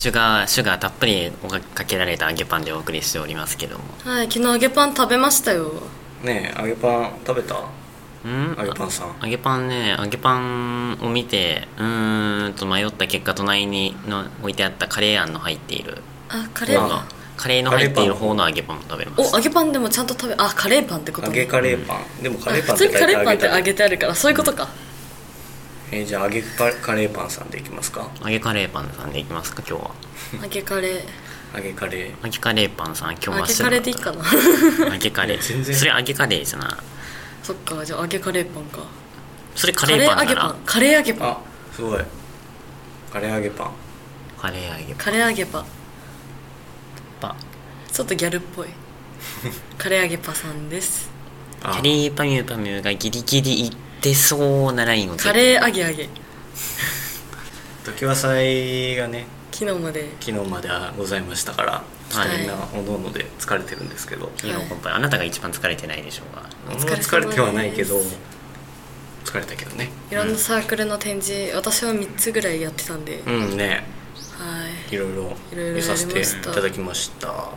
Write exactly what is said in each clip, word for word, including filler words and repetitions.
シュガーシュガーたっぷりかけられた揚げパンでお送りしておりますけども。 はい、昨日揚げパン食べましたよ。 ねえ、揚げパン食べた？ ん揚げパンさん。 揚げパンね、揚げパンを見てうーんと迷った結果、隣にの置いてあったカレーあんの入っているあ、カレーパン。 カレーの入っている方の揚げパンを食べました。 お、揚げパンでもちゃんと食べ、あ、カレーパンってことね。 揚げカレーパン、うん、でもカレーパンって普通にカレーパンって揚げげてあるから、そういうことか、 うん、えー、じゃあ揚げカレーパンさんでいきますか。 揚げカレーパンさんでいきますか今日は。 揚げカレー揚げカレー揚げカレーパンさん、今日は揚げカレーでいいかな揚げカレー全然それ揚げカレーじゃない。 そっか、じゃあ揚げカレーパンか。 それカレーパンならカレー揚げパン、 あ、すごい。カレー揚げパンカレー揚げパンカレー揚げパンパちょっとギャルっぽいカレー揚げパさんです。 カレーパミュパミュがギリギリいってそうなラインをカレー揚げ揚げ時和祭がね、 昨日まで昨日までございましたから、 はい、 みんなおのおので疲れてるんですけど、 いや、はい、あなたが一番疲れてないでしょうが。 疲れ疲れてはないけど疲れたけどね。 いろんなサークルの展示、うん、私はみっつぐらいやってたんで、 うんね、 はい、 いろいろ見させていただきました。はい、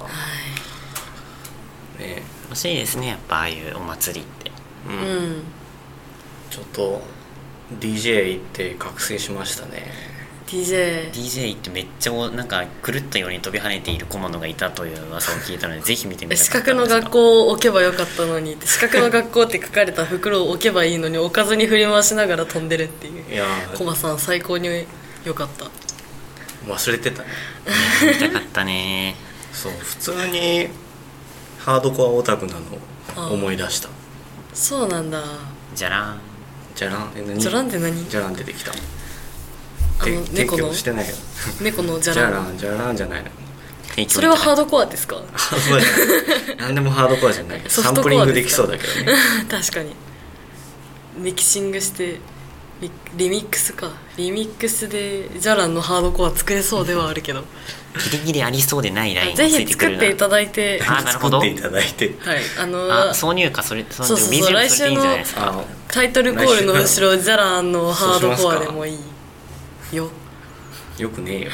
ね、 欲しいですね、やっぱああいうお祭りって。 うん、うん、 ちょっと ディージェー 行って覚醒しましたね。 ディージェーディージェー ってめっちゃなんか狂ったように飛び跳ねている小物がいたという噂を聞いたのでぜひ見てみたかったんですが。 資格の学校を置けばよかったのにって、資格の学校って書かれた袋を置けばいいのに置かずに振り回しながら飛んでるっていう。いやコマさん最高によかった。 忘れてたね見たかったねそう、普通にハードコアオタクなのを思い出した。 そうなんだ。 じゃらんじゃらんえ何じゃらんって何？ じゃらん出てきた。 あの猫のしてないよ猫のじゃらんじゃらんじゃないの。 それはハードコアですか？ ハードコアじゃない何でもハードコアじゃないけどサンプリングできそうだけどね確かにミキシングしてリ, リミックスかリミックスでジャランのハードコア作れそうではあるけどギリギリありそうでないラインをつぜいてくるな。 ひ作っていただいてあ、なるほど。 作っていただいて、 はい、あのー、あ、挿入歌それそそうそうそう、来週のタイトルコールの後ろジャランのハードコアでもいいよ。 よくねえよ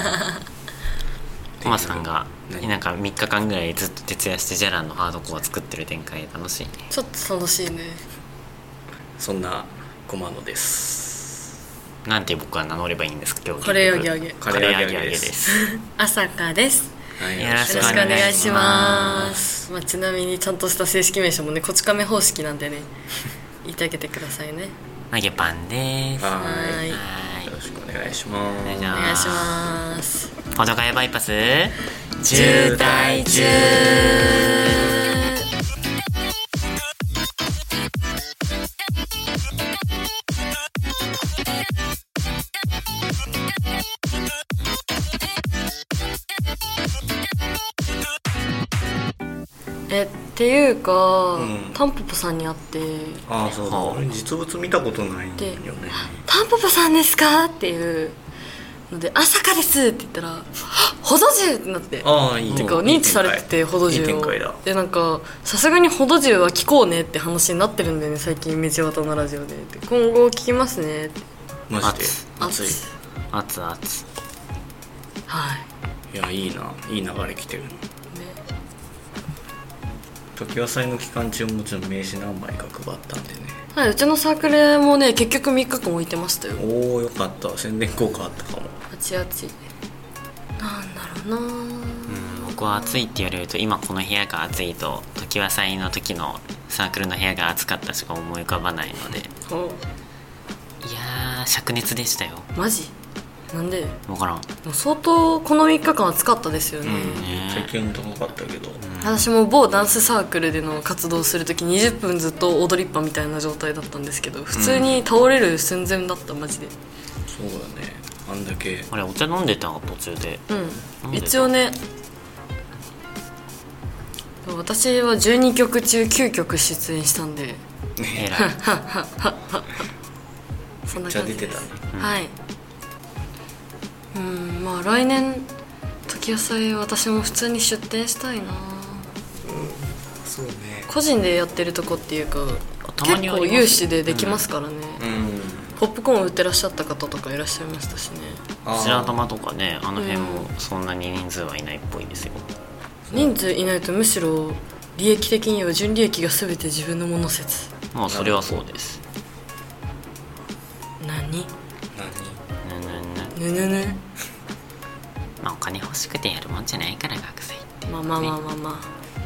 コマさんがなんかみっかかんぐらいずっと徹夜してジャランのハードコア作ってる展開楽しいね。 ちょっと楽しいね。 そんなコマノです。 なんて僕は名乗ればいいんですか今日。 カレー揚げ揚げカレー揚げ揚げです朝香です、 はい、 よろしくおお願い願いししま。 ますまあ、ちなみにちゃんとした正式名称もね、こち亀方式なんでね言ってあげてくださいね。 揚げパンです。 ははいい、 よろしくお願いします。 お願いします。 保土ヶ谷バイパス渋滞中。えっていうか、うん、タンポポさんに会って、 ああそうだ、俺実物見たことないんだよね。 タンポポさんですかっていうので、朝香ですって言ったらほど重ってなって、 ああいいてか認知されてて、ほど重をで、なんかさすがにほど重は聞こうねって話になってるんだよね最近、道端のラジオで。で今後聞きますねって。 マジで熱い熱熱はい。 いや、いいな、いい流れ来てるね。時和祭の期間中もちろん名刺何枚か配ったんでね。 はい、うちのサークルもね結局みっかかん置いてましたよ。 おお、よかった、宣伝効果あったかも。 あちあちなんだろうな。うん、 僕は暑いって言われると、今この部屋が暑いと時和祭の時のサークルの部屋が暑かったしか思い浮かばないので。いやー、灼熱でしたよ。 マジなんで分からん。 相当このみっかかん暑かったですよね。うんね、最近高かったけど、うん、 私も某ダンスサークルでの活動するときにじゅっぷんずっと踊りっぱみたいな状態だったんですけど、普通に倒れる寸前だった、マジで。 そうだね、あんだけ。 あれ、お茶飲んでた途中で。 うん、一応ね、私はじゅうにきょく中きゅうきょく出演したんで、 えらいそんな感じです。 めっちゃ出てたね、 うん、はい。うん、まあ来年時野祭私も普通に出店したいな。うん、 そうね。 個人でやってるとこっていうか、 たまに結構有志でできますからね、 うんうん、 ポップコーン売ってらっしゃった方とかいらっしゃいましたしね。 白玉とかね、あの辺もそんなに人数はいないっぽいですよ。 人数いないとむしろ利益的には純利益が全て自分のもの説。 まあそれはそうです。 何何ぬぬぬまあお金欲しくてやるもんじゃないから学生って、 まあまあまあまあまあ、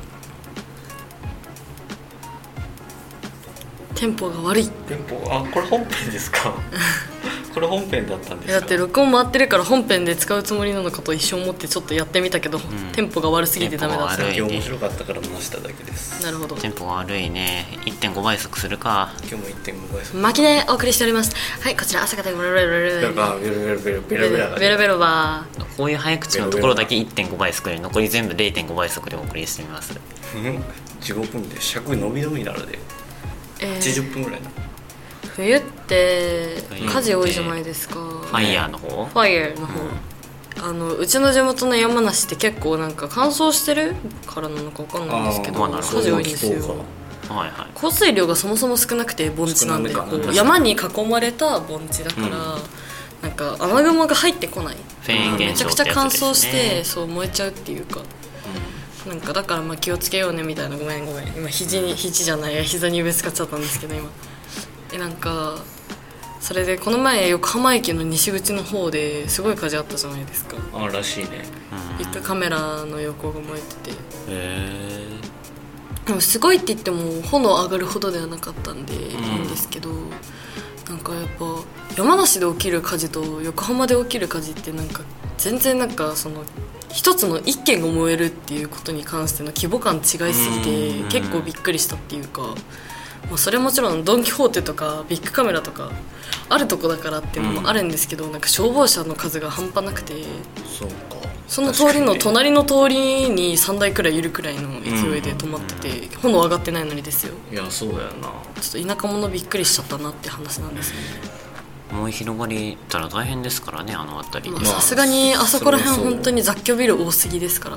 テンポが悪い。 テンポあこれ本編ですかこれ本編だったんですか。 だって録音回ってるから本編で使うつもりなのかと一瞬思ってちょっとやってみたけど、うん、テンポが悪すぎてダメだった。 今日面白かったから回しただけです。 なるほど。 テンポが悪いね。 いってんご 倍速するか。 今日も いってんご 倍速巻きでお送りしております。はい、こちら朝方ベロベロベロベロベロベロベロベロベロベロバー。 こういう早口のところだけ いってんご 倍速で残り全部 れいてんご 倍速でお送りしてみます。 地獄みたい。尺伸び伸びなるで、えー、はちじゅっぷんぐらいな。 冬って火事多いじゃないですか。 ファイヤーの方ファイヤーの方、うん、あのうちの地元の山梨って結構なんか乾燥してるからなのか分かんないんですけど、火事多いんですよ。はいはい、降水量がそもそも少なくて盆地なんで、こう山に囲まれた盆地だから、うん、なんか雨雲が入ってこない、 フェーン現象ってやつですね。めちゃくちゃ乾燥してそう燃えちゃうっていうか、うん、なんかだからまあ気をつけようねみたいな。ごめんごめん今肘に肘じゃないや膝に指使っちゃったんですけど今えなんかそれでこの前横浜駅の西口の方ですごい火事あったじゃないですか。 あらしいね。 ビッグカメラの横が燃えてて、へえ。 でもすごいって言っても炎上がるほどではなかったんでいいんですけど、うん、なんかやっぱ山梨で起きる火事と横浜で起きる火事ってなんか全然なんかその一つの一軒が燃えるっていうことに関しての規模感違いすぎて結構びっくりしたっていうか、もうそれもちろんドン・キホーテとかビッグカメラとかあるとこだからっていうのもあるんですけど、うん、なんか消防車の数が半端なくて、 そうか、 その通りの隣の通りにさんだいくらいいるくらいの勢いで止まってて、うん、炎上がってないのにですよ。 いやそうだよな。 ちょっと田舎者びっくりしちゃったなって話なんですよね。 燃え広がりたら大変ですからね、あの辺り。 さすがにあそこら辺本当に雑居ビル多すぎですから、うん、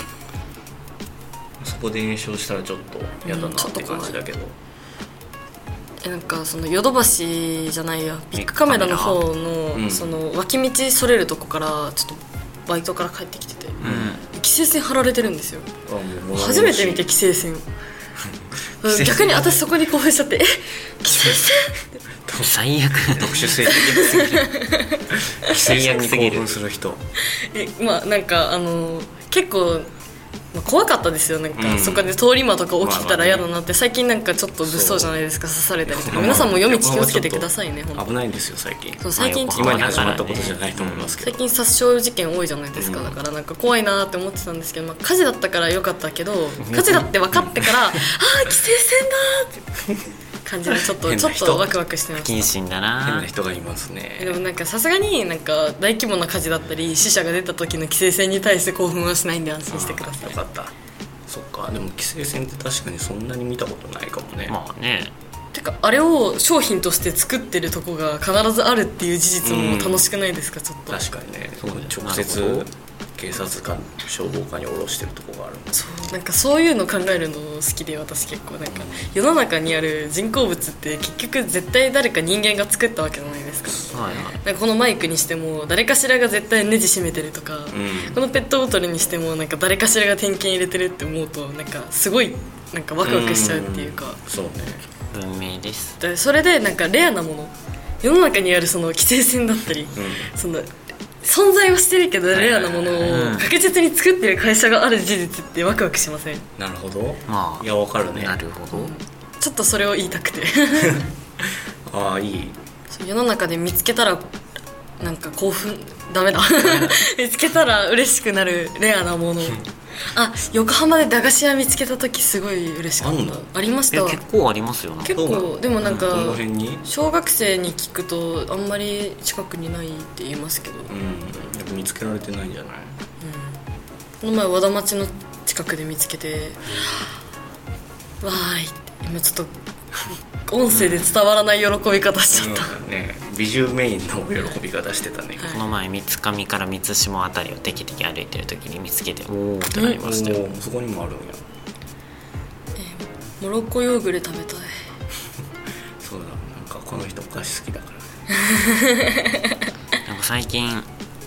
そこで炎症したらちょっと嫌だなって感じだけど、 えなんかそのヨドバシじゃないやビッグカメラの方の、うん、その脇道それるとこからちょっとバイトから帰ってきてて、うん、規制線張られてるんですよ。初めて見て規制線逆に私そこに興奮しちゃってえ規制線最悪。 特殊性的すぎる規制線に興奮する人えまあなんかあの結構まあ、怖かったですよ。なんか、うん、そこで通り魔とか起きたら嫌だなって、まあまあね、最近なんかちょっと物騒じゃないですか、刺されたりとか。皆さんも夜道気をつけてくださいね。 危ないんですよ最近。 そう最近、 まあ、今に始まったことじゃないと思いますけど、 最近殺傷事件多いじゃないですか、うん、だからなんか怖いなって思ってたんですけど、まあ、火事だったから良かったけど火事だって分かってからああ規制線だって感じでちょっとちょっとワクワクしてました。 不謹慎だな。 変な人がいますね。 でもなんかさすがになんか大規模な火事だったり死者が出た時の規制線に対して興奮はしないんで安心してください。 よかった。そっか。でも規制線って確かにそんなに見たことないかもね。 まあね。 てかあれを商品として作ってるとこが必ずあるっていう事実も楽しくないですか、うん、ちょっと。 確かにね。直接警察官消防官に下ろしてるとこがある。 そうなんかそういうの考えるの好きで、私結構なんか世の中にある人工物って結局絶対誰か人間が作ったわけじゃないですか。はいはい、なんかこのマイクにしても誰かしらが絶対ネジ締めてるとか、うん、このペットボトルにしてもなんか誰かしらが点検入れてるって思うとなんかすごいなんかワクワクしちゃうっていうか。 うん、そうね。 文明です。 でそれでなんかレアなもの、世の中にあるその規制線だったり、うん、その存在はしてるけどレアなものを確実に作ってる会社がある事実ってワクワクしません？ なるほど。まあいやわかるね。 なるほど、うん、 ちょっとそれを言いたくてああいい。 世の中で見つけたらなんか興奮ダメだ見つけたら嬉しくなるレアなものあ、横浜で駄菓子屋見つけた時すごい嬉しかった。 あ, ありました。 結構ありますよ。 結構でもなんか小学生に聞くとあんまり近くにないって言いますけど、うん、 やっぱ見つけられてないんじゃない？うん、 この前和田町の近くで見つけてわーいって今ちょっと音声で伝わらない喜び方しちゃった、 うんね、美獣メインの喜び方してたね、 はい、この前三上から三下あたりをテキテキ歩いてる時に見つけておーってなりましたよ。 そこにもあるんや、 えー、モロッコヨーグル食べたいそうだ、なんかこの人お菓子好きだからねなんか最近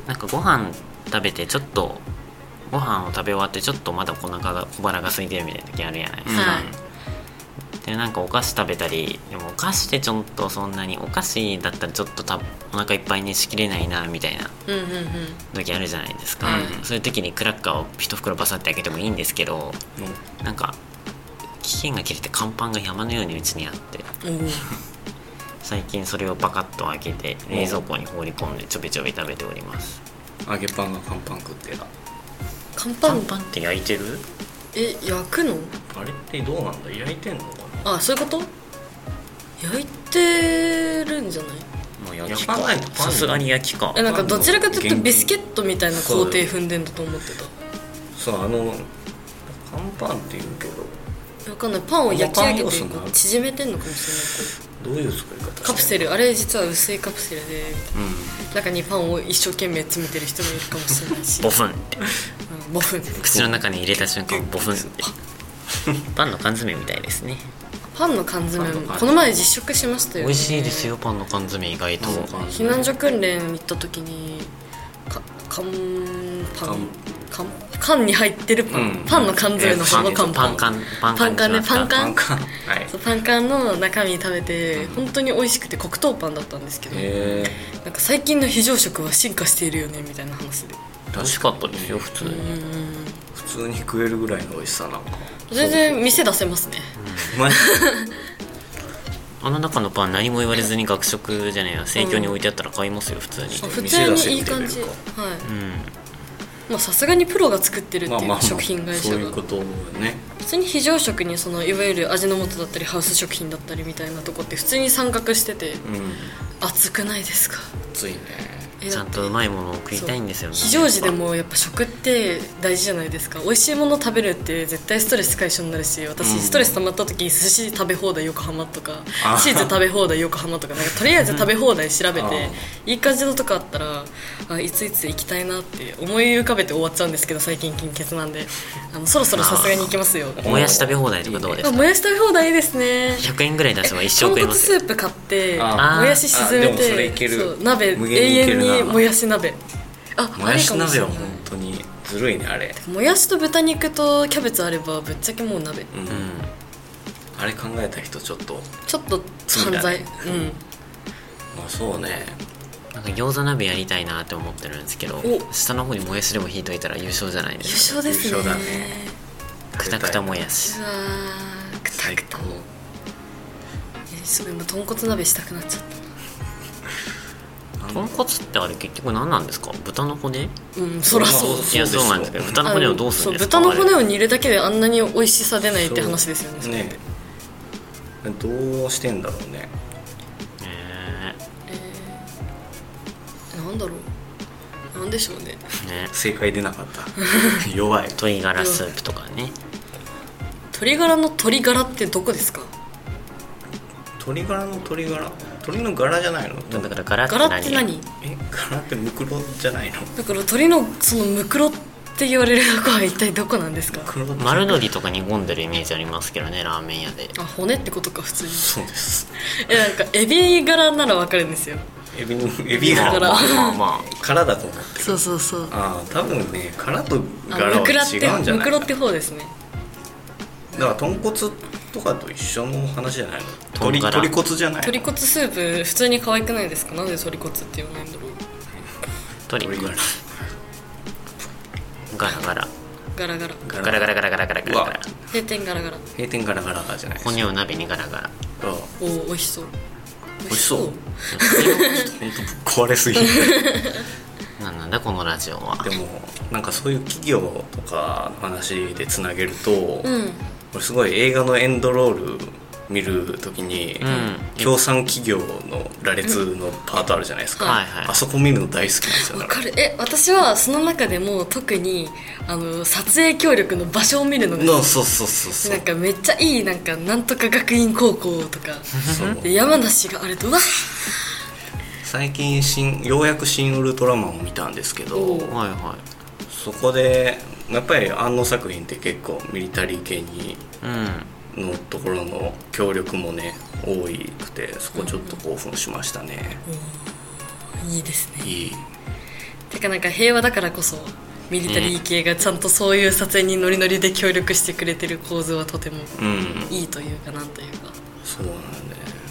なんかご飯食べてちょっとご飯を食べ終わってちょっとまだお腹が小腹が空いてるみたいな時あるじゃないですか、 はいでなんかお菓子食べたりでもお菓子ってちょっとそんなにお菓子だったらちょっとたお腹いっぱいにしきれないなみたいなうんうんうん時あるじゃないですか、 うんそういう時にクラッカーを一袋バサって開けてもいいんですけど、なんか期限が切れて乾パンが山のようにうちにあっておー最近それをパカッと開けて冷蔵庫に放り込んでちょびちょび食べております。 揚げパンが乾パン食ってた。 乾パン乾パンって焼いてる？ え焼くの？ あれってどうなんだ、焼いてんのかな。 あそういうこと？焼いてるんじゃない？ まあ焼き焼かないとパンさすがに焼きか。 えなんかどちらかというとビスケットみたいな工程踏んでんだと思ってた。 そう、あの乾パンって言うけどわかんない。パンを焼き上げてパン要素なこう縮めてんのかもしれない。 どういう作り方してんの。 カプセルあれ実は薄いカプセルでう中にパンを一生懸命詰めてる人もいるかもしれないしボフンってうんボフン口の中に入れた瞬間ボフンってパンの缶詰みたいですね。 パンの缶詰パンの缶詰この前実食しましたよ、ね、 美味しいですよパンの缶詰意外と。 パンの缶避難所訓練行った時にか缶パン缶缶に入ってるパン、 うんパンの缶詰のパン方の缶パン缶パンパン缶ねパンパ缶ン缶はい。 そうパン缶の中身食べて本当に美味しくて黒糖パンだったんですけど、 へなんか最近の非常食は進化しているよねみたいな話で美味しかったですよ普通に。 普通に食えるぐらいの美味しさなんか。 全然店出せますね。 マジあの中のパン何も言われずに学食じゃねえや生協に置いてあったら買いますよ普通に。 あ普通にいい感じ。はい。 うんまあさすがにプロが作ってるっていうまあまあまあ食品会社がそういうことね。 普通に非常食にそのいわゆる味の素だったりハウス食品だったりみたいなとこって普通に参画しててうん熱くないですか？ ついね。 えちゃんとうまいものを食いたいんですよね。 非常時でもやっぱ食って大事じゃないですか。美味しいもの食べるって絶対ストレス解消になるし、私うんストレス溜まった時寿司食べ放題横浜とかあチーズ食べ放題横浜とかなんかとりあえず食べ放題調べあていい感じのとこあったらあいついつ行きたいなって思い浮かべて終わっちゃうんですけど、最近金欠なんであのそろそろさすがに行きますよ。 もやし食べ放題とかどうですか？ あもやし食べ放題いいですね。 ひゃくえんぐらい出せば一生豚骨食えますよ。 スープ買ってあもやし沈めあでもそれいてけるそう鍋無限にい永けるな遠にもやし鍋あもやしあれかもしれない鍋は本当にずるいねあれ。 もやしと豚肉とキャベツあればぶっちゃけもう鍋、 うんうんあれ考えた人ちょっとちょっと犯罪、 罪だねうんまあそうね。 なんか餃子鍋やりたいなって思ってるんですけどお下の方にもやしでも引いといたら優勝じゃないで優すか。 勝ですね。 優勝だねくたくたもやしうわーくた最くた高。 えすごい今豚骨鍋したくなっちゃっ豚骨ってあれ結局何なんですか？豚の骨？いた。うんそらそうそうやそうなんですけど豚の骨をどうするんですか？ あのそう豚の骨を煮るだけであんなに美味しさ出ないって話ですよね。それねどうしてんだろうね。 ねなんだろうなんでしょうね。 えね正解出なかった弱い。 鶏ガラスープとかね。 鶏ガラの鶏ガラってどこですか？ 鶏ガラの鶏ガラ鶏の柄じゃないの。 だからガラってガ何？ ラって何？ え柄ってムクロじゃないの。 だから鶏のそのムクロって言われるとこは一体どこなんですか？ 黒って丸鶏とか煮込んでるイメージありますけどねラーメン屋で。 あ骨ってことか普通に。 そうです。 えなんかエビ柄ならわかるんですよ。 エビのエビ柄だからまあまあ殻だと思ってる。 そうそうそう。 ああ多分ね殻とあ柄はムクラっ違うんじゃないかな。 てムクロって方ですね。 だから豚骨とかと一緒の話じゃないの。 豚鶏ガラ鶏骨じゃないの。 鶏骨スープ普通に可愛くないですか？なんで鶏骨って言わないんだろう。 鶏鶏ガラガラガラガラガラガラガラガラガラガラガラガラ閉店ガラガラ。 閉店ガラガラじゃないですか。 骨を鍋にガラガラ。 ああおお美味しそう。 美味しそう。本当ぶっ壊れすぎる。 なんなんだこのラジオは。 でもなんかそういう企業とかの話でつなげると、 うん俺すごい映画のエンドロール見るときに、 うん協賛企業の羅列のパートあるじゃないですか、 はいはいあそこ見るの大好きなんですよ。 わだかからる。え私はその中でも特にあの撮影協力の場所を見るのがのそうそうそうそうなんかめっちゃいいなんかなんとか学院高校とかそうで山梨があるとうわ最近新ようやく「新ウルトラマン」を見たんですけどおうはいはそこでやっぱり庵野作品って結構ミリタリー系にい。うんのところの協力もね多くてそこちょっと興奮しましたね、 いいですね。 いい。 てかなんか平和だからこそミリタリー系がちゃんとそういう撮影にノリノリで協力してくれてる構図はとてもいいというかなんというか、 そうなんだね。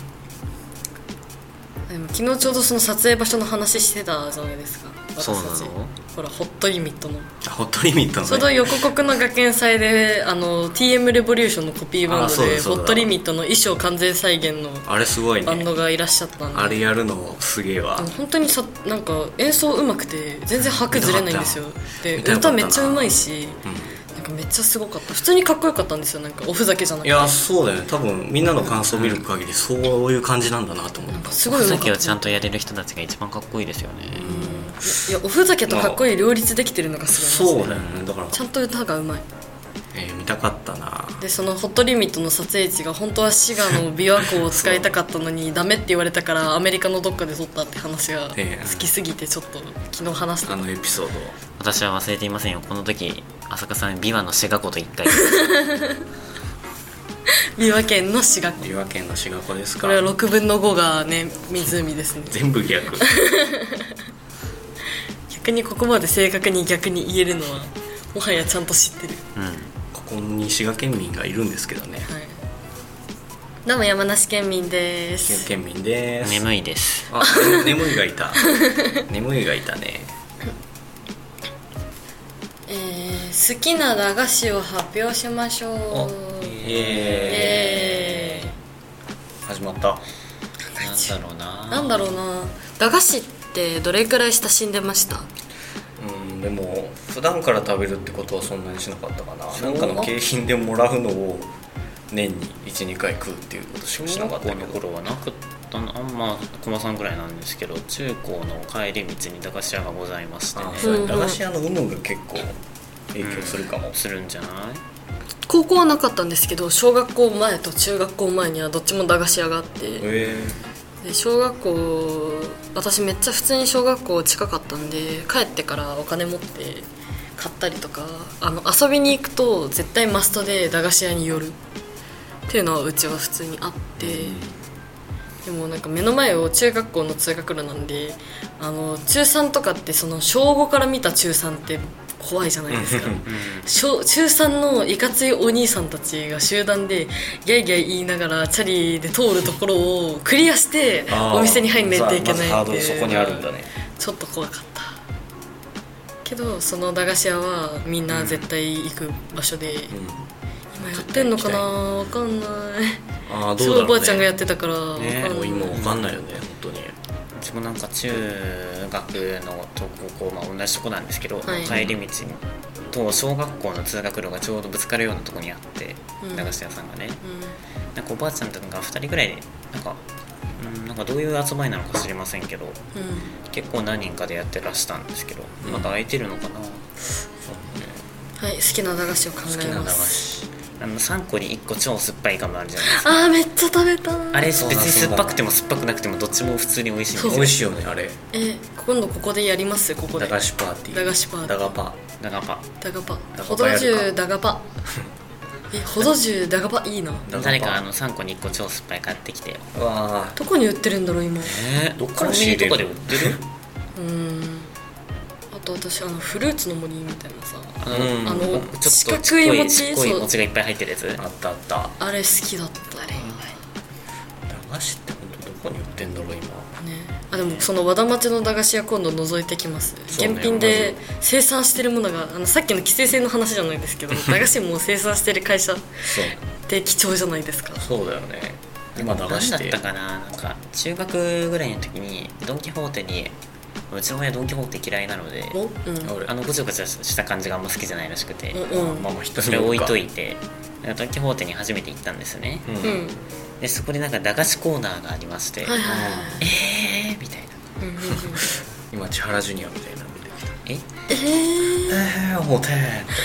でも昨日ちょうどその撮影場所の話してたじゃないですか。 そうなの？ ほらホットリミットのホットリミットのね、 ちょうど横国の学園祭であの ティーエム レボリューションのコピーバンドでホットリミットの衣装完全再現のあれすごいね、 バンドがいらっしゃったんで、 あれやるのすげえわ。 本当にさなんか演奏うまくて全然拍ずれないんですよ。で見たかった歌めっちゃうまいし、 うん、 なんかめっちゃすごかった。普通にかっこよかったんですよ。なんかおふざけじゃなくて。 いやそうだよね、多分みんなの感想を見る限りそういう感じなんだなと思った。 すごいうまかった。 おふざけをちゃんとやれる人たちが一番かっこいいですよね。 いやおふざけとかっこいい両立できてるのがすごいですね。 そうだよね、だからちゃんと歌がうまい。 えー、見たかったな。 でそのホットリミットの撮影地が本当は滋賀の琵琶湖を使いたかったのにダメって言われたからアメリカのどっかで撮ったって話が好きすぎてちょっと昨日話してた。 あのエピソード私は忘れていませんよ。この時浅香さん琵琶の滋賀湖と一回琵琶県の滋賀湖。 琵琶県の滋賀湖ですか。 これはろくぶんのごがね湖ですね。 全部逆逆にここまで正確に逆に言えるのはもはやちゃんと知ってる。 うん、 ここに滋賀県民がいるんですけどね。 はい、どうも山梨県民で滋賀す。 県民です。 眠いです。 あ、眠いがいた眠いがいたね。 えー、好きな駄菓子を発表しましょう。 イエーイ、始まった。 なんだろうななんだろうな駄菓子ってどれくらい親しんでました？ うん、でも普段から食べるってことはそんなにしなかったかな。なんかの景品でもらうのを年に いち,に 回食うっていうことしかしなかったけど。 小学校の頃はなくったな。あんま駒さんぐらいなんですけど、中高の帰り道に駄菓子屋がございましてね。 あ、それ駄菓子屋の有無が結構影響するかも、うん、 するんじゃない？ 高校はなかったんですけど小学校前と中学校前にはどっちも駄菓子屋があって、 へで小学校私めっちゃ普通に小学校近かったんで帰ってからお金持って買ったりとか、あの遊びに行くと絶対マストで駄菓子屋に寄るっていうのはうちは普通にあって、でもなんか目の前を中学校の通学路なんで、あの中さんとかってその小ごから見た中さんって怖いじゃないですか小中さんのいかついお兄さんたちが集団でギャイギャイ言いながらチャリで通るところをクリアしてお店に入んないといけないっていう、 まずハードルそこにあるんだね。 ちょっと怖かったけど、その駄菓子屋はみんな絶対行く場所で、うん、今やってんのかなわかんない。 あ、どうだろうね。 すごいおばあちゃんがやってたからわかんない、 ね、もう今わかんないよね、本当に。 うちもなんか中学のと高校、まあ、同じとこなんですけど、 はい、 帰り道と小学校の通学路がちょうどぶつかるようなところにあって、うん、駄菓子屋さんがね、うん、なんかおばあちゃんとかふたりぐらいでなんか、うん、なんかどういう集まりなのか知りませんけど、うん、結構何人かでやってらしたんですけど、うん、まだ空いてるのかな、うん、 はい、好きな駄菓子を考えます。好きな駄菓子、 あのさんこにいっこ超酸っぱいガムあるじゃないですか。 あーめっちゃ食べた。 あれ別に酸っぱくても酸っぱくなくてもどっちも普通に美味しいんですよ。 美味しいよねあれ。 え今度ここでやります。ここで駄菓子パーティー。 駄菓子パーティー。 駄菓パ駄菓パ駄菓パほど重駄菓パえほど重駄菓パいいな。 誰かあのさんこにいっこ超酸っぱい買ってきてよ。 うわどこに売ってるんだろう今。 えー、どっから仕入れる？コンビニとかで売ってる？ うんあと私あのフルーツの森みたいなさ、 あの、うん、 あのちょっと四角い餅、 ちっこい餅がいっぱい入ってるやつ。 あったあった。 あれ好きだった。あれ駄菓子って本当どこに売ってんだろう今ね。 あでもその和田町の駄菓子屋今度覗いてきます、ね、現品で生産してるものがあのさっきの規制線の話じゃないですけど駄菓子も生産してる会社って貴重じゃないですか。 そうだよね。今駄菓子って何だったかな。なんか中学ぐらいの時にドン・キホーテに、うちの親ドン・キホーテ嫌いなので、うん、あのごちゃごちゃした感じがあんま好きじゃないらしくて、 うんうん、 まあまあそれを置いといてドン・キホーテに初めて行ったんですね、 うん、 でそこでなんか駄菓子コーナーがありまして、はいはいはい、えーみたいな今千原ジュニアみたいなのできた。 ええー、 えー、もうて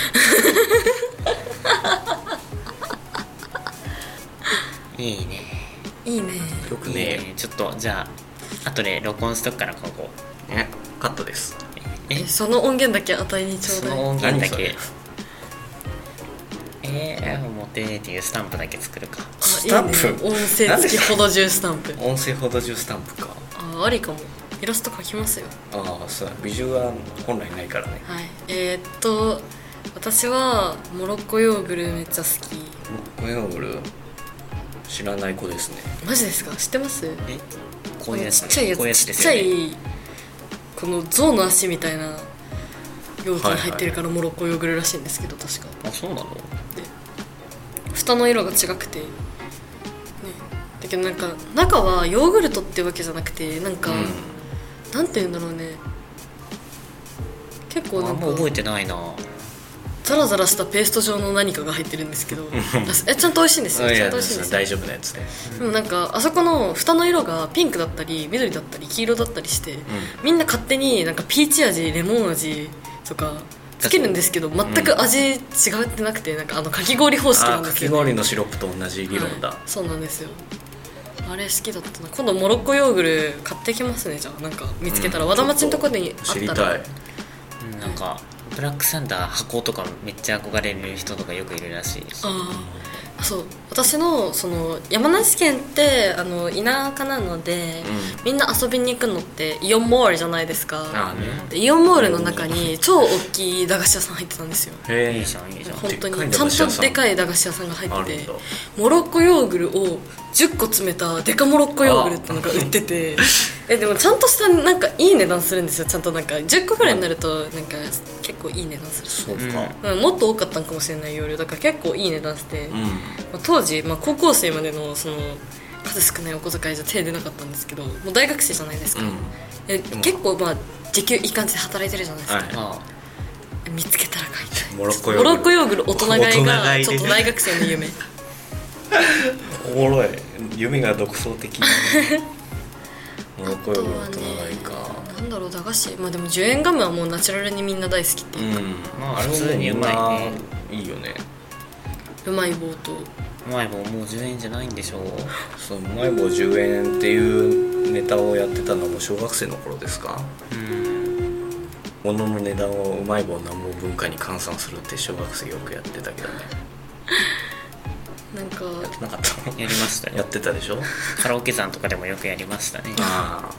ーいいねいいねよくね。 いいね。ちょっとじゃあ後で録音しとくからここねカットです。 えその音源だけ与えにちょうだい。 その音源だけえー、表っていうスタンプだけ作るか。 スタンプ、 いいね、音声付きほど重スタンプ。 音声ほど重スタンプか。 あありかも。 イラスト描きますよ。 ああ、そうビジュは本来ないからね。 はい。えー、っと私はモロッコヨーグルめっちゃ好き。 モロッコヨーグル知らない子ですね。 マジですか？知ってます？ えこういうやつちっちゃいやこういうやつ、ちっちゃつですよね。 いこの象の足みたいな容器に入ってるからモロッコヨーグルらしいんですけど、確かあ、そうなの？ 蓋の色が違くて、ね、だけどなんか中はヨーグルトってわけじゃなくて、なんか、 うん、 なんて言うんだろうね、結構なんかあんま覚えてないな。 ザラザラしたペースト状の何かが入ってるんですけどえちゃんと美味しいんですよ。 いやちゃんと美味しいんですよ。 大丈夫なやつで、 でもなんかあそこの蓋の色がピンクだったり緑だったり黄色だったりして、みんな勝手になんかピーチ味、レモン味とかつけるんですけど、全く味違ってなくて、なんかあのかき氷方式なあかきんですよ、ね、 氷のシロップと同じ理論だ、 はい、そうなんですよ。あれ好きだったな。今度モロッコヨーグル買ってきますね。じゃあなんか見つけたら、 うん、 和田町のところにあ知りったら。 たい。 うん、なんかブラックサンダー箱とかめっちゃ憧れる人とかよくいるらしいし。 ああ、そう、私のその山梨県ってあの田舎なので、うん、みんな遊びに行くのってイオンモールじゃないですか。 ああ、ね、 でイオンモールの中に超大きい駄菓子屋さん入ってたんですよ。 へえ、 いいじゃんいいじゃん。 本当にちゃんとでかい駄菓子屋さんが入ってて、モロッコヨーグルをじゅっこ詰めたデカモロッコヨーグルってのが売っててえでもちゃんとしたなんかいい値段するんですよ。ちゃんとなんかじゅっこぐらいになるとなんか結構いい値段する。 そうか、 うん、もっと多かったんかもしれない容量だから結構いい値段して、 うん、 まあ、当時、まあ、高校生までのその数少ないお小遣いじゃ手出なかったんですけど、もう大学生じゃないですか、うん、え結構まあ時給いい感じで働いてるじゃないですか、はい、見つけたら買いたい。 モロッコヨーグル、 モロッコヨーグル大人買いがちょっと大学生の夢おもろい、夢が独創的モロッコヨーグル大人買いか。 なんだろう、駄菓子、まあでもじゅうえんガムはもうナチュラルにみんな大好きっていうか、 うん、 まあ普通にうまいね。 いいよね。 うまい棒とうまい棒もうじゅうえんじゃないんでしょう。 そう、うまい棒じゅうえんっていうネタをやってたのも小学生の頃ですか。うん、物の値段をうまい棒何本分かに換算するって小学生よくやってたけどねなんかやってなかったやりましたよ。 やってたでしょ。 カラオケ山とかでもよくやりましたね。 あ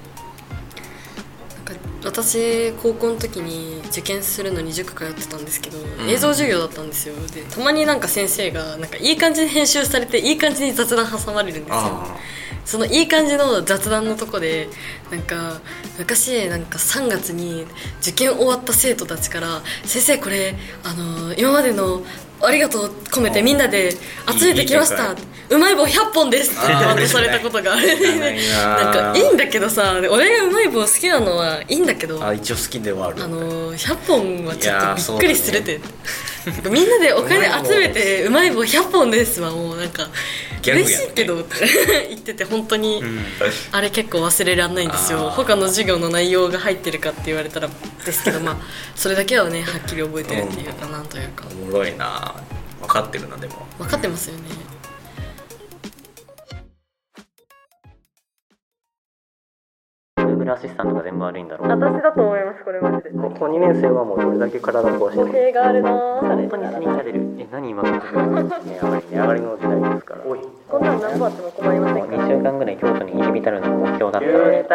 なんか私高校の時に受験するのに塾通ってたんですけど、うん、映像授業だったんですよ。でたまになんか先生がなんかいい感じに編集されていい感じに雑談挟まれるんですよ。そのいい感じの雑談のとこでなんか昔なんかさんがつに受験終わった生徒たちから先生これあの今までのありがとう込めてみんなで集めてきました、うまい棒ひゃっぽんですって渡されたことがあるなんかいいんだけどさ、俺がうまい棒好きなのはいいんだけど、 あ一応好きではある。 あのひゃっぽんはちょっとびっくりするって、ね、みんなでお金集めてうまい棒ひゃっぽんですはもうなんか嬉しいけどって言ってて、本当にあれ結構忘れられないんですよ。他の授業の内容が入ってるかって言われたらですけど、まあそれだけはねはっきり覚えてるっていうか、なんというかおもろいな。分かってるな。でも分かってますよね。 Google アシスタントが全部悪いんだろう。 私だと思います、これマジで。 高校にねん生はもうどれだけ体壊してる。 語弊があるな。 本当に死にかれる。え、何今の値上がり値上がりの時代ですから。おい、 こんなの何個あっても困りませんか。 にしゅうかんぐらい京都に入り浸るのが目標だったので。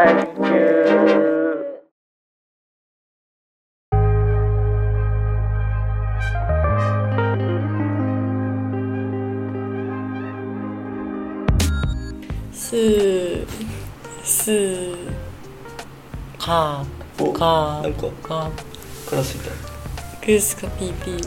スースーカーおカーなんかカークラスいた。 グースかピーピー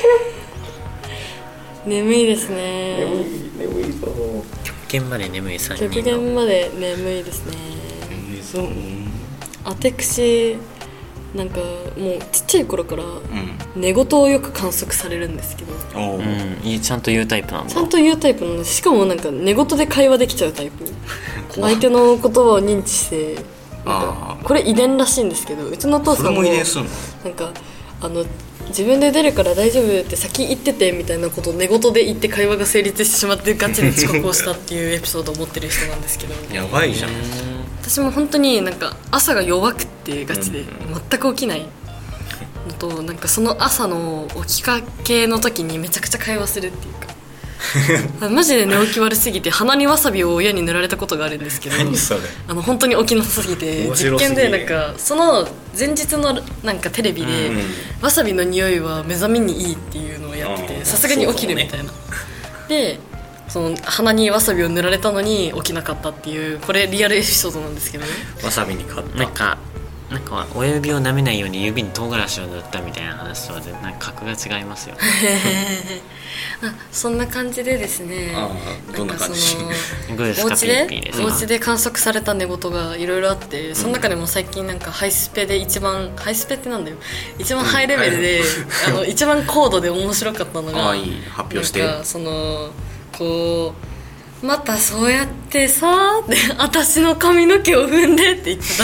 眠いですね。 眠い眠いぞ。 極限まで眠いさんにんの極限まで眠いですね。 眠いぞ。 私なんかもうちっちゃい頃から寝言をよく観測されるんですけど、 うんうん、いいちゃんと言うタイプなんだ。 ちゃんと言うタイプなので、しかもなんか寝言で会話できちゃうタイプ相手の言葉を認知してなんかこれ遺伝らしいんですけど、うちのお父さんもそれも遺伝すんの？ なんかあの自分で出るから大丈夫って先言っててみたいなことを寝言で言って会話が成立してしまってガチで遅刻をしたっていうエピソードを持ってる人なんですけどやばいじゃん。 私も本当になんか朝が弱くってガチで全く起きないのと、なんかその朝の起きかけの時にめちゃくちゃ会話するっていうか、 マジで寝起き悪すぎて鼻にわさびを親に塗られたことがあるんですけど何それあの本当に起きなさすぎて面白実すぎる験でなんかその前日のなんかテレビで、 うんうんわさびの匂いは目覚めにいいっていうのをやってうんてさすがに起きるみたいな、でその鼻にわさびを塗られたのに起きなかったっていうこれリアルエピソードなんですけどね。 わさびに勝ったなんかなんか親指を舐めないように指に唐辛子を塗ったみたいな話とは全然格が違いますよあそんな感じでですね、 ああどんな感じんかそのグースかピお家でーピーですかお家で観測された寝言がいろいろあって、その中でも最近なんかハイスペで一番ハイスペってなんだよ一番ハイレベルで、あの一番高度で面白かったのがああいい発表してなんかそのこうまたそうやってさーって私の髪の毛を踏んでって言ってたら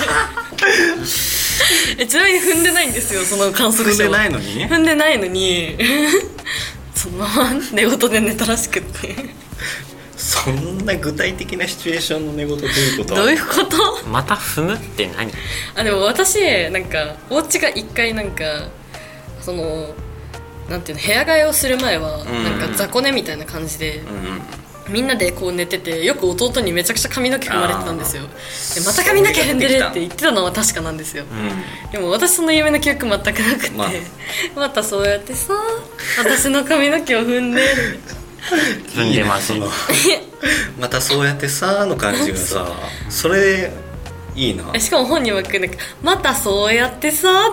しくてえちなみに踏んでないんですよその観測踏んで者はないのに踏んでないのにそのまま寝言で寝たらしくってそんな具体的なシチュエーションの寝言どういうことどういうことまた踏むって何？ あでも私なんかお家が一回なんかそのなんていうの部屋替えをする前はんなんか雑魚寝みたいな感じで、 うんみんなでこう寝ててよく弟にめちゃくちゃ髪の毛踏まれてたんですよ。でまた髪の毛踏んでるって言ってたのは確かなんですよ、 うんでも私その夢の記憶全くなくて、 まあまたそうやってさ私の髪の毛を踏んで踏んでますいいなそのまたそうやってさーの感じがさそれでいいなしかも本人はなんかまたそうやってさ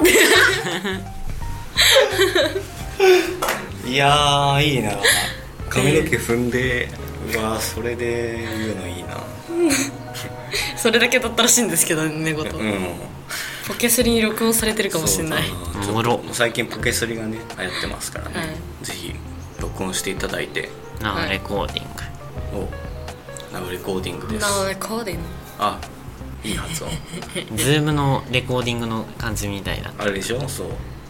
っていやーいいな髪の毛踏んでうわーそれで言うのいいなそれだけだったらしいんですけど寝言、 うんポケスリに録音されてるかもしれない。 そうだなおもろちょっと最近ポケスリがね流行ってますからね、 はいぜひ録音していただいてなはいレコーディングおナウレコーディングですなのでこうでいいのあいい発音ズームのレコーディングの感じみたいだあれでしょそう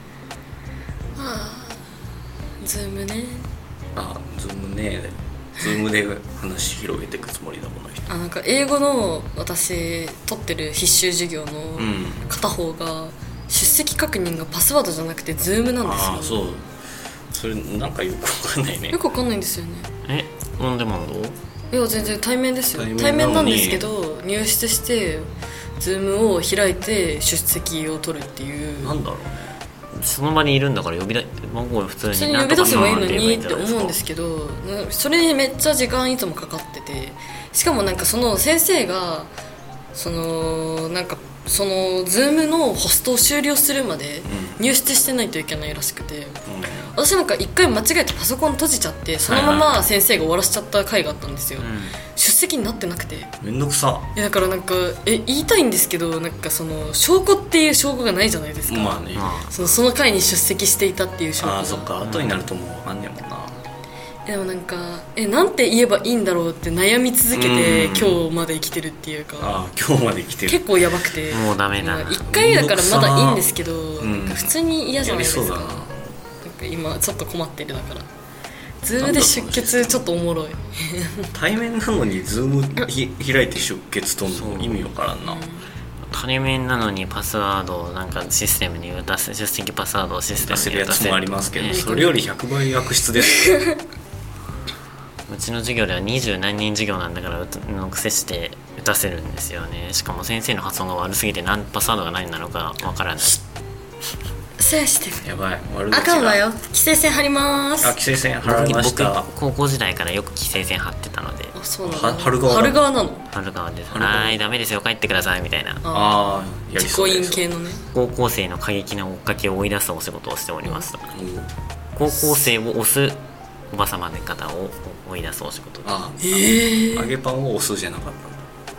ズームねあズームねズームで話広げていくつもりだこの人あなんか英語の私取ってる必修授業のうん片方が出席確認がパスワードじゃなくてズームなんですよ。 ああそうそれなんかよくわかんないねよくわかんないんですよね。 えオンデマンド？ いや全然対面ですよ。 対面対面なのになんですけど入室してズームを開いて出席を取るっていう。 なんだろうねその場にいるんだから呼びだ番号を普通に普通に呼び出せばいいのなんとかにってなんて言えばいいんじゃない思うんですけどなそれにめっちゃ時間いつもかかっててしかもなんかその先生がそのなんかそのズームのホストを終了するまで入室してないといけないらしくて、私なんか一回間違えてパソコン閉じちゃってそのまま先生が終わらせちゃった回があったんですよ、 うん出席になってなくてめんどくさいやだからなんかえ言いたいんですけどなんかその証拠っていう証拠がないじゃないですか、 まあねまそのその回に出席していたっていう証拠がああそっか後になるともうわかんねえもんなでもなんかえなんて言えばいいんだろうって悩み続けてうん今日まで生きてるっていうかああ今日まで来てる結構やばくてもうダメだなまあ一回だからまだいいんですけど、 んなんか普通に嫌じゃないですか、 やりそうだななんか今ちょっと困ってるだからズームで出血ちょっとおもろい対面なのにズームひ開いて出血とんの意味わからんな対面なのにパスワードをなんかシステムに打たせ出席パスワードをシステ出せるやつムに打たせるもありますけどねそれよりひゃくばい悪質ですようちの授業では二十何人授業なんだからうつの癖して打たせるんですよね。しかも先生の発音が悪すぎて何パスワードが何なのかわからない。 せやしてやばい悪口があかんわよ規制線張りますあ規制線張られました僕高校時代からよく規制線張ってたのであそうなのは春川だ春川なの春川です春川はーいダメですよ帰ってくださいみたいなあああやり自己そうやりそう印系のね高校生の過激な追っかけを追い出すお仕事をしております。 うん高校生を押すおばさまの方を追い出すお仕事です。 あええあ揚げパンを押すじゃなかったん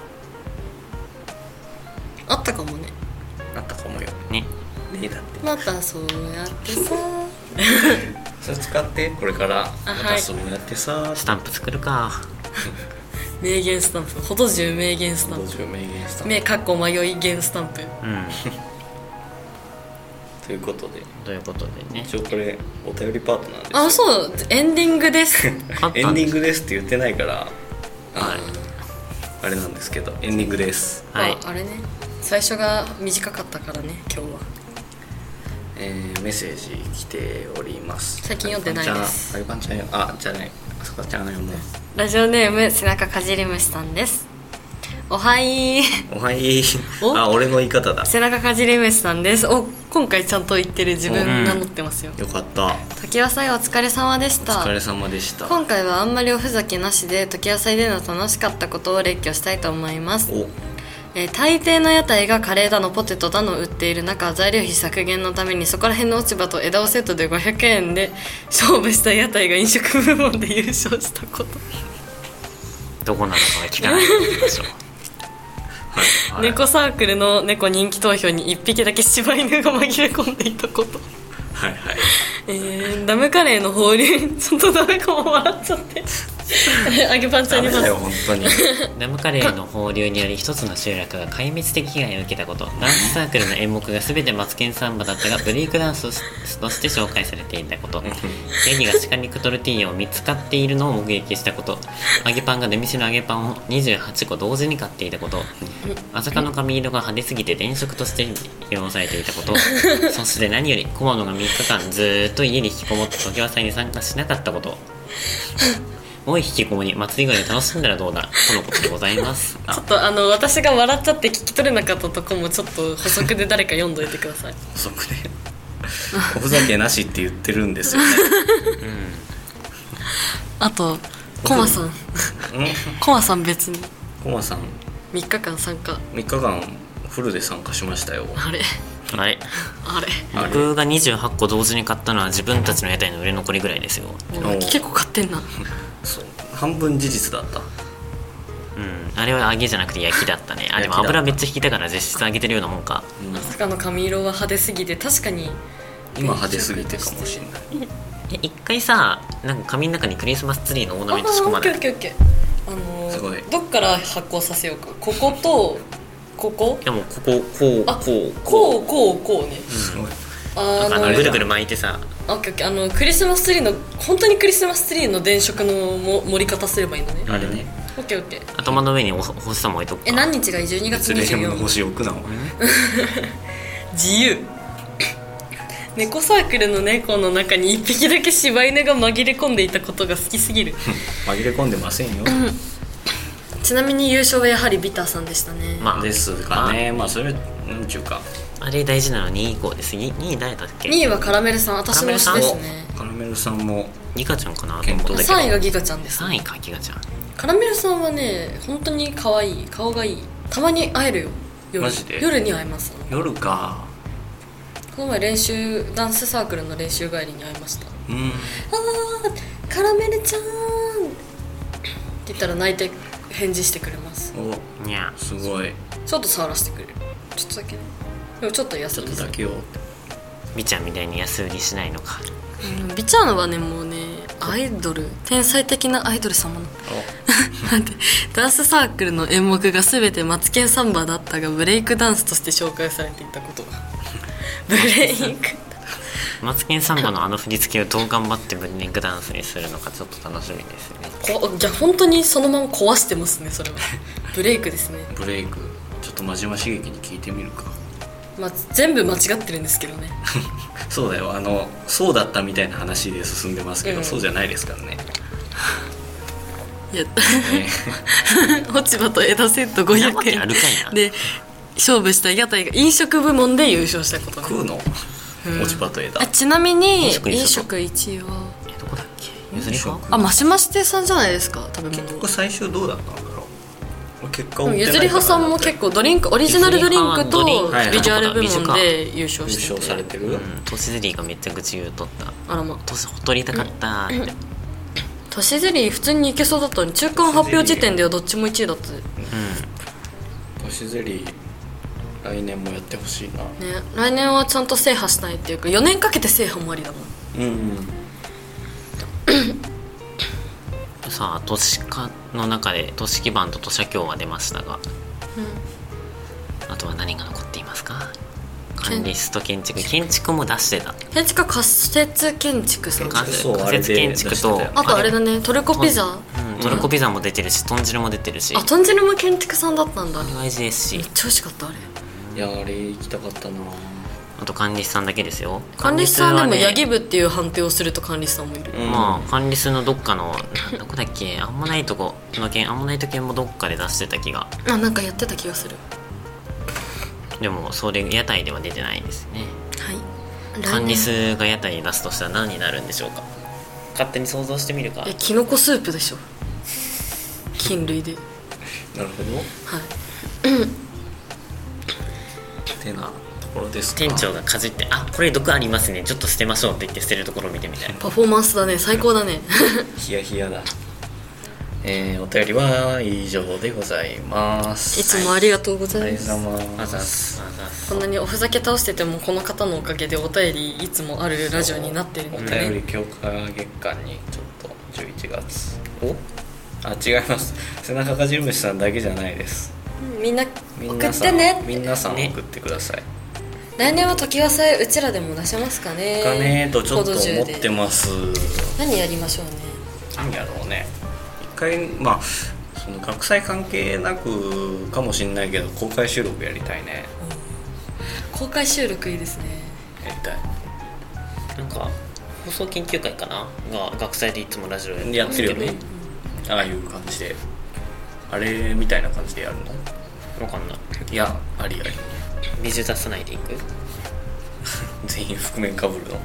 あったかもねだあったかもよねねだってまたそうやってさそれ使ってこれからまはいたそうやってさスタンプ作るか。 名言スタンプほどじゅう名言スタンプごじゅう名言スタンプ名かっこ迷い言スタンプうんということでということでね一応これお便りパートなんですよあそうエンディングですあったエンディンんですグですって言ってないからあのはいあれなんですけどエンディングですはいああれね最初が短かったからね今日はえーメッセージ来ております最近読んでないですあゆぱんちゃんあゆぱんちゃんあじゃないさかちゃんやもうラジオネーム背中かじり虫さんです。おはいおはいおあ、俺の言い方だ。 背中かじり虫さんです。お、今回ちゃんと言ってる。自分名乗ってますよ。 よかった。 時野菜お疲れ様でしおた。 疲れ様でした。 今回はあんまりおふざけなしで時野菜での楽しかったことを列挙したいと思います。 おえー、大抵の屋台がカレーだのポテトだの売っている中、材料費削減のためにそこら辺の落ち葉と枝をセットでごひゃくえんで勝負した屋台が飲食部門で優勝したこと。 どこなのかは聞かないでおきましょう。 はい、 猫サークルの猫人気投票にいっぴきだけ柴犬が紛れ込んでいたこと。 はいはい。 えー、ダムカレーの放流ちょっとダメかも、笑っちゃって揚げパンちゃんにます。 ダメだよ本当に。 ダムカレーの放流により一つの集落が壊滅的被害を受けたこと。ダンスサークルの演目が全てマツケンサンバだったがブレイクダンスとして紹介されていたこと。ヤギが鹿肉トルティーヤを見つかっているのを目撃したこと。揚げパンが出店の揚げパンをにじゅうはちこ同時に買っていたこと。朝霞の髪色が派手すぎて電飾として利用されていたこと。そして何より小物がみっかかんずーっと家に引きこもって時和祭に参加しなかったこと。おい引きこもり、祭りぐらい楽しんだらどうだとのことでございます。 ちょっとあの私が笑っちゃって聞き取れなかったとこもちょっと補足で誰か読んどいてください。 補足ね。おふざけなしって言ってるんですよね。 うん、 あとコマさんコマさん別にコマさんみっかかん参加。 みっかかんフルで参加しましたよ。 あれあれあれ僕がにじゅうはっこ同時に買ったのは自分たちの屋台の売れ残りぐらいですよ。 結構買ってんな。 そう、半分事実だった。 うん、あれは揚げじゃなくて焼きだったね。あ、でも油めっちゃ引いたから実質揚げてるようなもんか。 まさかの髪色は派手すぎて確かに今派手すぎてかもしれない。 え、一回さ、なんか紙の中にクリスマスツリーのオーナメント仕込まない？ あー、オッケーオッケーオッケー。あのー、 すごい。 どっから発行させようか。こことここ？ いやもうこここうあ、 こうこうこうこうね。 すごい。 ああののぐるぐる巻いてさ。 オッケーオッケー。あのクリスマスツリーの本当にクリスマスツリーの電飾のも盛り方すればいいのね。 あれね。 オッケーオッケー。 頭の上にお星様置いとくか。 え、何日がいい？じゅうにがつにじゅうよっか。 の星置くなお前。 自由。猫サークルの猫の中にいっぴきだけ柴犬が紛れ込んでいたことが好きすぎる。 紛れ込んでませんよ。 ちなみに優勝はやはりビターさんでしたね。 まあですかね。まあそれなんちゅうか。 あれ大事なのにい以降です。にい誰だっけ？ にいはカラメルさん、私の推しですね。 カラメルさんもギカちゃんかなと思ったけど。 さんいがギガちゃんです。 さんいかギガちゃん。 カラメルさんはね本当に可愛い、顔がいい。たまに会えるよ。夜マジで夜に会えます。 夜か。 この前練習ダンスサークルの練習帰りに会いました。 うん。 あーカラメルちゃんって言ったら泣いて返事してくれます。 お、 にゃすごい。 ちょっと触らせてくれる。ちょっとだけね。でもちょっと安ちょいです。 っとだけよ。 みちゃんみたいに安売りしないのか。 うん、ビチャーノはねもうねアイドル、天才的なアイドル様の待ってダンスサークルの演目が全てマツケンサンバだったがブレイクダンスとして紹介されていたことがブレイクマツケンサンバのあの振り付けをどう頑張ってブレイクダンスにするのかちょっと楽しみですよね。 こじゃあ本当にそのまま壊してますね。それはブレイクですね。 ブレイクちょっと真島茂樹に聞いてみるか。 まあ、全部間違ってるんですけどね。 そうだよ、あのそうだったみたいな話で進んでますけど、 うん、 そうじゃないですからね。 いや落ち葉と枝セットごひゃくえんで勝負した屋台が飲食部門で優勝したこと、ね、 食うの、うん、落ち葉と枝。 あちなみに飲食食いちいはえどこだっけ？ゆずりはあマシマシ亭さんじゃないですか。食べ物結局最終どうだったんだろう。結果をゆずりはさんも結構ドリンクオリジナルドリンクとビジュアル部門で優勝してて、 優勝されてる、 うん、トシゼリーがめっちゃ愚痴言うとった。 あらま、 トシほとりたかったって、うん、 トシゼリー普通にいけそうだったのに中間発表時点ではどっちもいちいだった。うん、 トシゼリー来年もやってほしいな、 ね、来年はちゃんと制覇したいっていうかよねんかけて制覇もありだもん。 うんうんさあ都市化の中で都市基盤と都市共は出ましたが、うん、あとは何が残っていますか？管理室と建築建築も出してた。 建築は仮設建築さん、 仮設建築とあとあれだねトルコピザ、 うん、トルコピザも出てるし豚汁も出てるし、 あ豚汁も建築さんだったんだ。 あれは エスジーエス しめっちゃ美味しかったあれ。 いやあれ行きたかったな。 あと管理士さんだけですよ。 管理士さんでもねヤギ部っていう判定をすると管理士さんもいる、 うんまあ管理数のどっかのどこだっけアンモナイトの件アンモナイト犬もどっかで出してた気が。 あなんかやってた気がする。 でもそれ屋台では出てないですね。 はい管理数が屋台に出すとしたら何になるんでしょうか。勝手に想像してみるか。 えキノコスープでしょ菌類で。 なるほどはいてなところですか。 店長がかじってあこれ毒ありますねちょっと捨てましょうって言って捨てるところを見てみたい。 パフォーマンスだね最高だねヒヤヒヤだ。えー、お便りは以上でございます。 いつもありがとうございありがます、 とうございまあざっす。 すあざっす。 こんなにおふざけ倒しててもこの方のおかげでお便りいつもあるラジオになってるおのでね。 便り強化月間にちょっとじゅういちがつおあ違います背中かじる虫さんだけじゃないです。 みんな送っみんなさんてね。 皆さんね送ってください。 来年は時はさえうちらでも出せますかね。 かねとちょっと思っコードじゅうでてます。 何やりましょうね。 何やろうね。一回まあその学祭関係なくかもしんないけど公開収録やりたいね。 公開収録いいですね。 やりたい。 なんか放送研究会かなが学祭でいつもラジオやってやますけどってるよね。ああいう感じであれみたいな感じでやるの。 わかんない。 いやありあり。 水出さないでいく。 全員覆面かぶるの。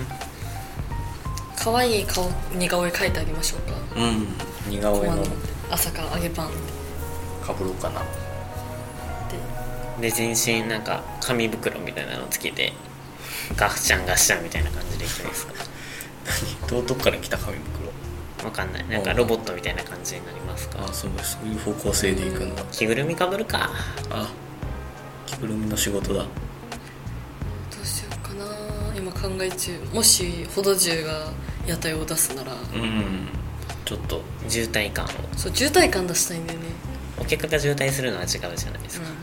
可愛い顔似顔絵描いてあげましょうか。 うん似顔絵の朝から揚げパンかぶろうかな。 でで全身なんか紙袋みたいなのつけてガッシャンガッシャンみたいな感じでいきますか。 どどっから来た紙袋。 わかんない。なんかロボットみたいな感じになりますか。 あそうそういう方向性でいくんだ。 着ぐるみかぶるか。 あ着ぐるみの仕事だ。 どうしようかな今考え中。もしほど重が屋台を出すならうんちょっと渋滞感をそう渋滞感出したいんだよね。 お客が渋滞するのは違うじゃないですか、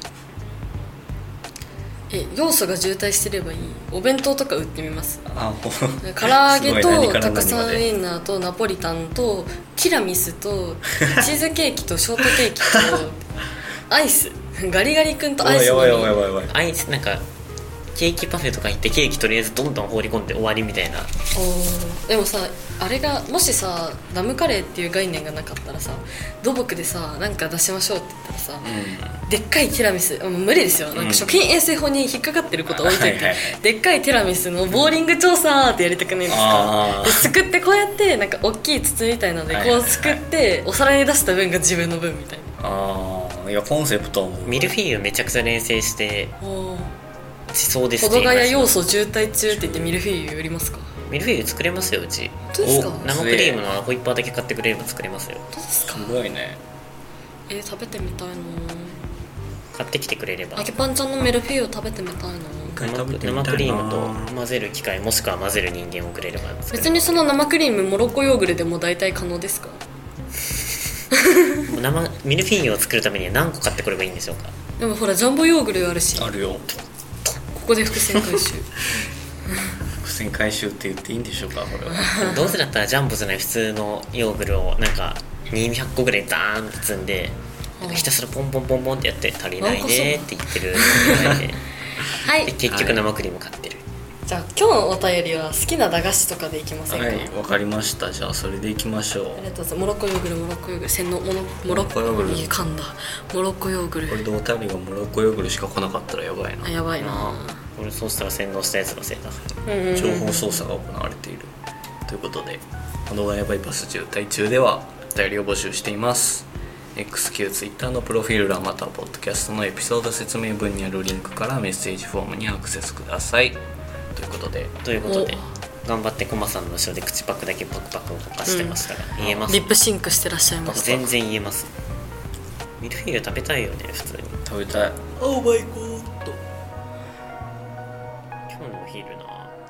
うん、え要素が渋滞してればいい。お弁当とか売ってみます。 あほ唐揚げすごい何からとたく何までさんウインナーとナポリタンとティラミスとチーズケーキとショートケーキとアイスガリガリ君とアイスやのばいやばいやばいやばい。 あいつなんかケーキパフェとか行ってケーキとりあえずどんどん放り込んで終わりみたいな。 おーでもさあれがもしさダムカレーっていう概念がなかったらさ土木でさなんか出しましょうって言ったらさ、 うでっかいティラミスもう無理ですよ。なんか食品衛生法に引っかかってること置いといて、 はいはいでっかいティラミスのボーリング調査ってやりたくないですか。 あーですくってこうやってなんか大きい筒みたいなのではいはいはいこうすくってお皿に出した分が自分の分みたいな。 ああいやコンセプトもミルフィーユめちゃくちゃ連成しておーしそうです保土ヶ谷要素。 素渋滞中って言ってミルフィーユ売りますか。 ミルフィーユ作れますようち。 どうですか。 おどう生クリームのホイッパーだけ買ってくれれば作れますよ。 ですか。 すごいね。 えー、食べてみたいな。 買ってきてくれれば揚げパンちゃんのミルフィーユを食べてみたいな。 回食べてみ生たいなクリームと混ぜる機械もしくは混ぜる人間をくれれば作れ別にその生クリームモロッコヨーグルでも大体可能ですか。 もう生ミルフィーユを作るためには何個買ってくればいいんでしょうか。 でもほらジャンボヨーグルあるし、 あるよ。 ここで伏線回収。 伏線回収って言っていいんでしょうかこれは。 どうせだったらジャンボじゃない普通のヨーグルをなんかにひゃっこぐらいダーンって積んでなんかひたすらポンポンポンポンってやって足りないねって言ってるぐらいではいで結局生クリーム買ってる。 じゃあ今日のお便りは好きな駄菓子とかでいきませんか。 はいわかりました。じゃあそれでいきましょう。 ありがとうございます。モロッコヨーグルモロッコヨーグル洗脳モロモロッコモロッコヨーグルいい噛んだモロッコヨーグル。 これでお便りがモロッコヨーグルしか来なかったらやばいなあ。やばいな。 あこれそうしたら洗脳したやつのせいだ。 うんうんうん情報操作が行われているということで、動画やバイパス渋滞中ではお便りを募集しています。 エックス 旧 Twitter のプロフィール欄またはポッドキャストのエピソード説明文にあるリンクからメッセージフォームにアクセスくださいということで、 ということで頑張ってコマさんの後ろで口パクだけパクパク動かしてましたが、言えますリップシンクしてらっしゃいました。 全然言えます。ミルフィーユ食べたいよね普通に。 食べたい。オーマイゴッド。 今日のお昼な